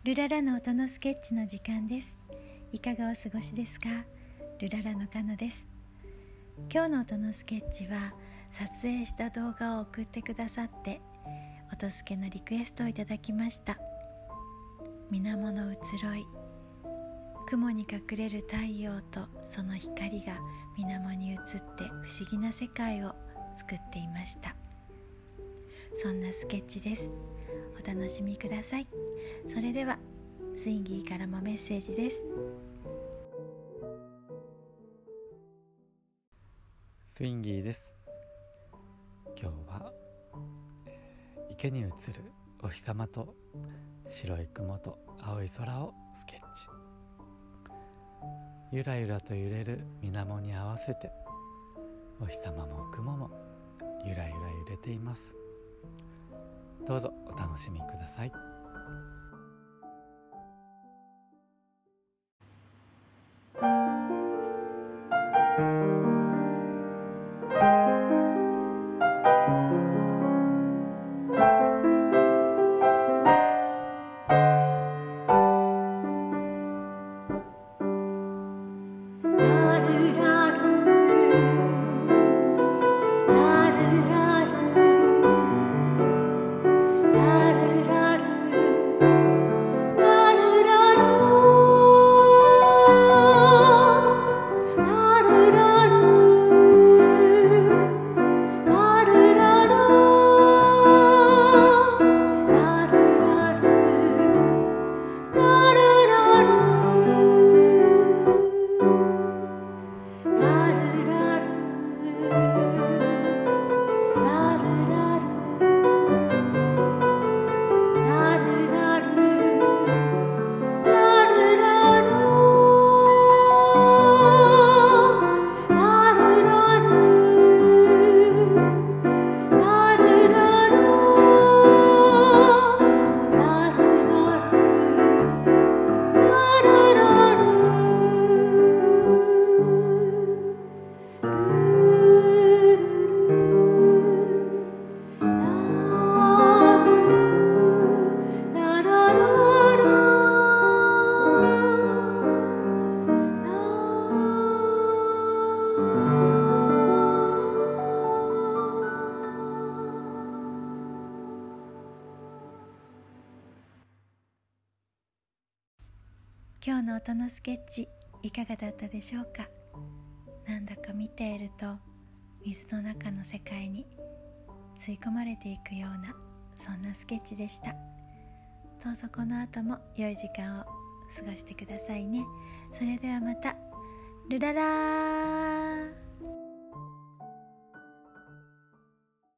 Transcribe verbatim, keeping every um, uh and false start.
ルララの音のスケッチの時間です。いかがお過ごしですか？ルララのカノです。今日の音のスケッチは撮影した動画を送ってくださって音助けのリクエストをいただきました。水面の移ろい、雲に隠れる太陽とその光が水面に映って不思議な世界を作っていました。そんなスケッチです。お楽しみください。それではスインギーからもメッセージです。 スインギーです。今日は、えー、池に映るお日様と白い雲と青い空をスケッチ。ゆらゆらと揺れる水面に合わせてお日様も雲もゆらゆら揺れています。どうぞお楽しみください。 今日の音のスケッチいかがだったでしょうか？なんだか見ていると水の中の世界に吸い込まれていくようなそんなスケッチでした。どうぞこの後も良い時間を過ごしてくださいね。それではまた。ルララー。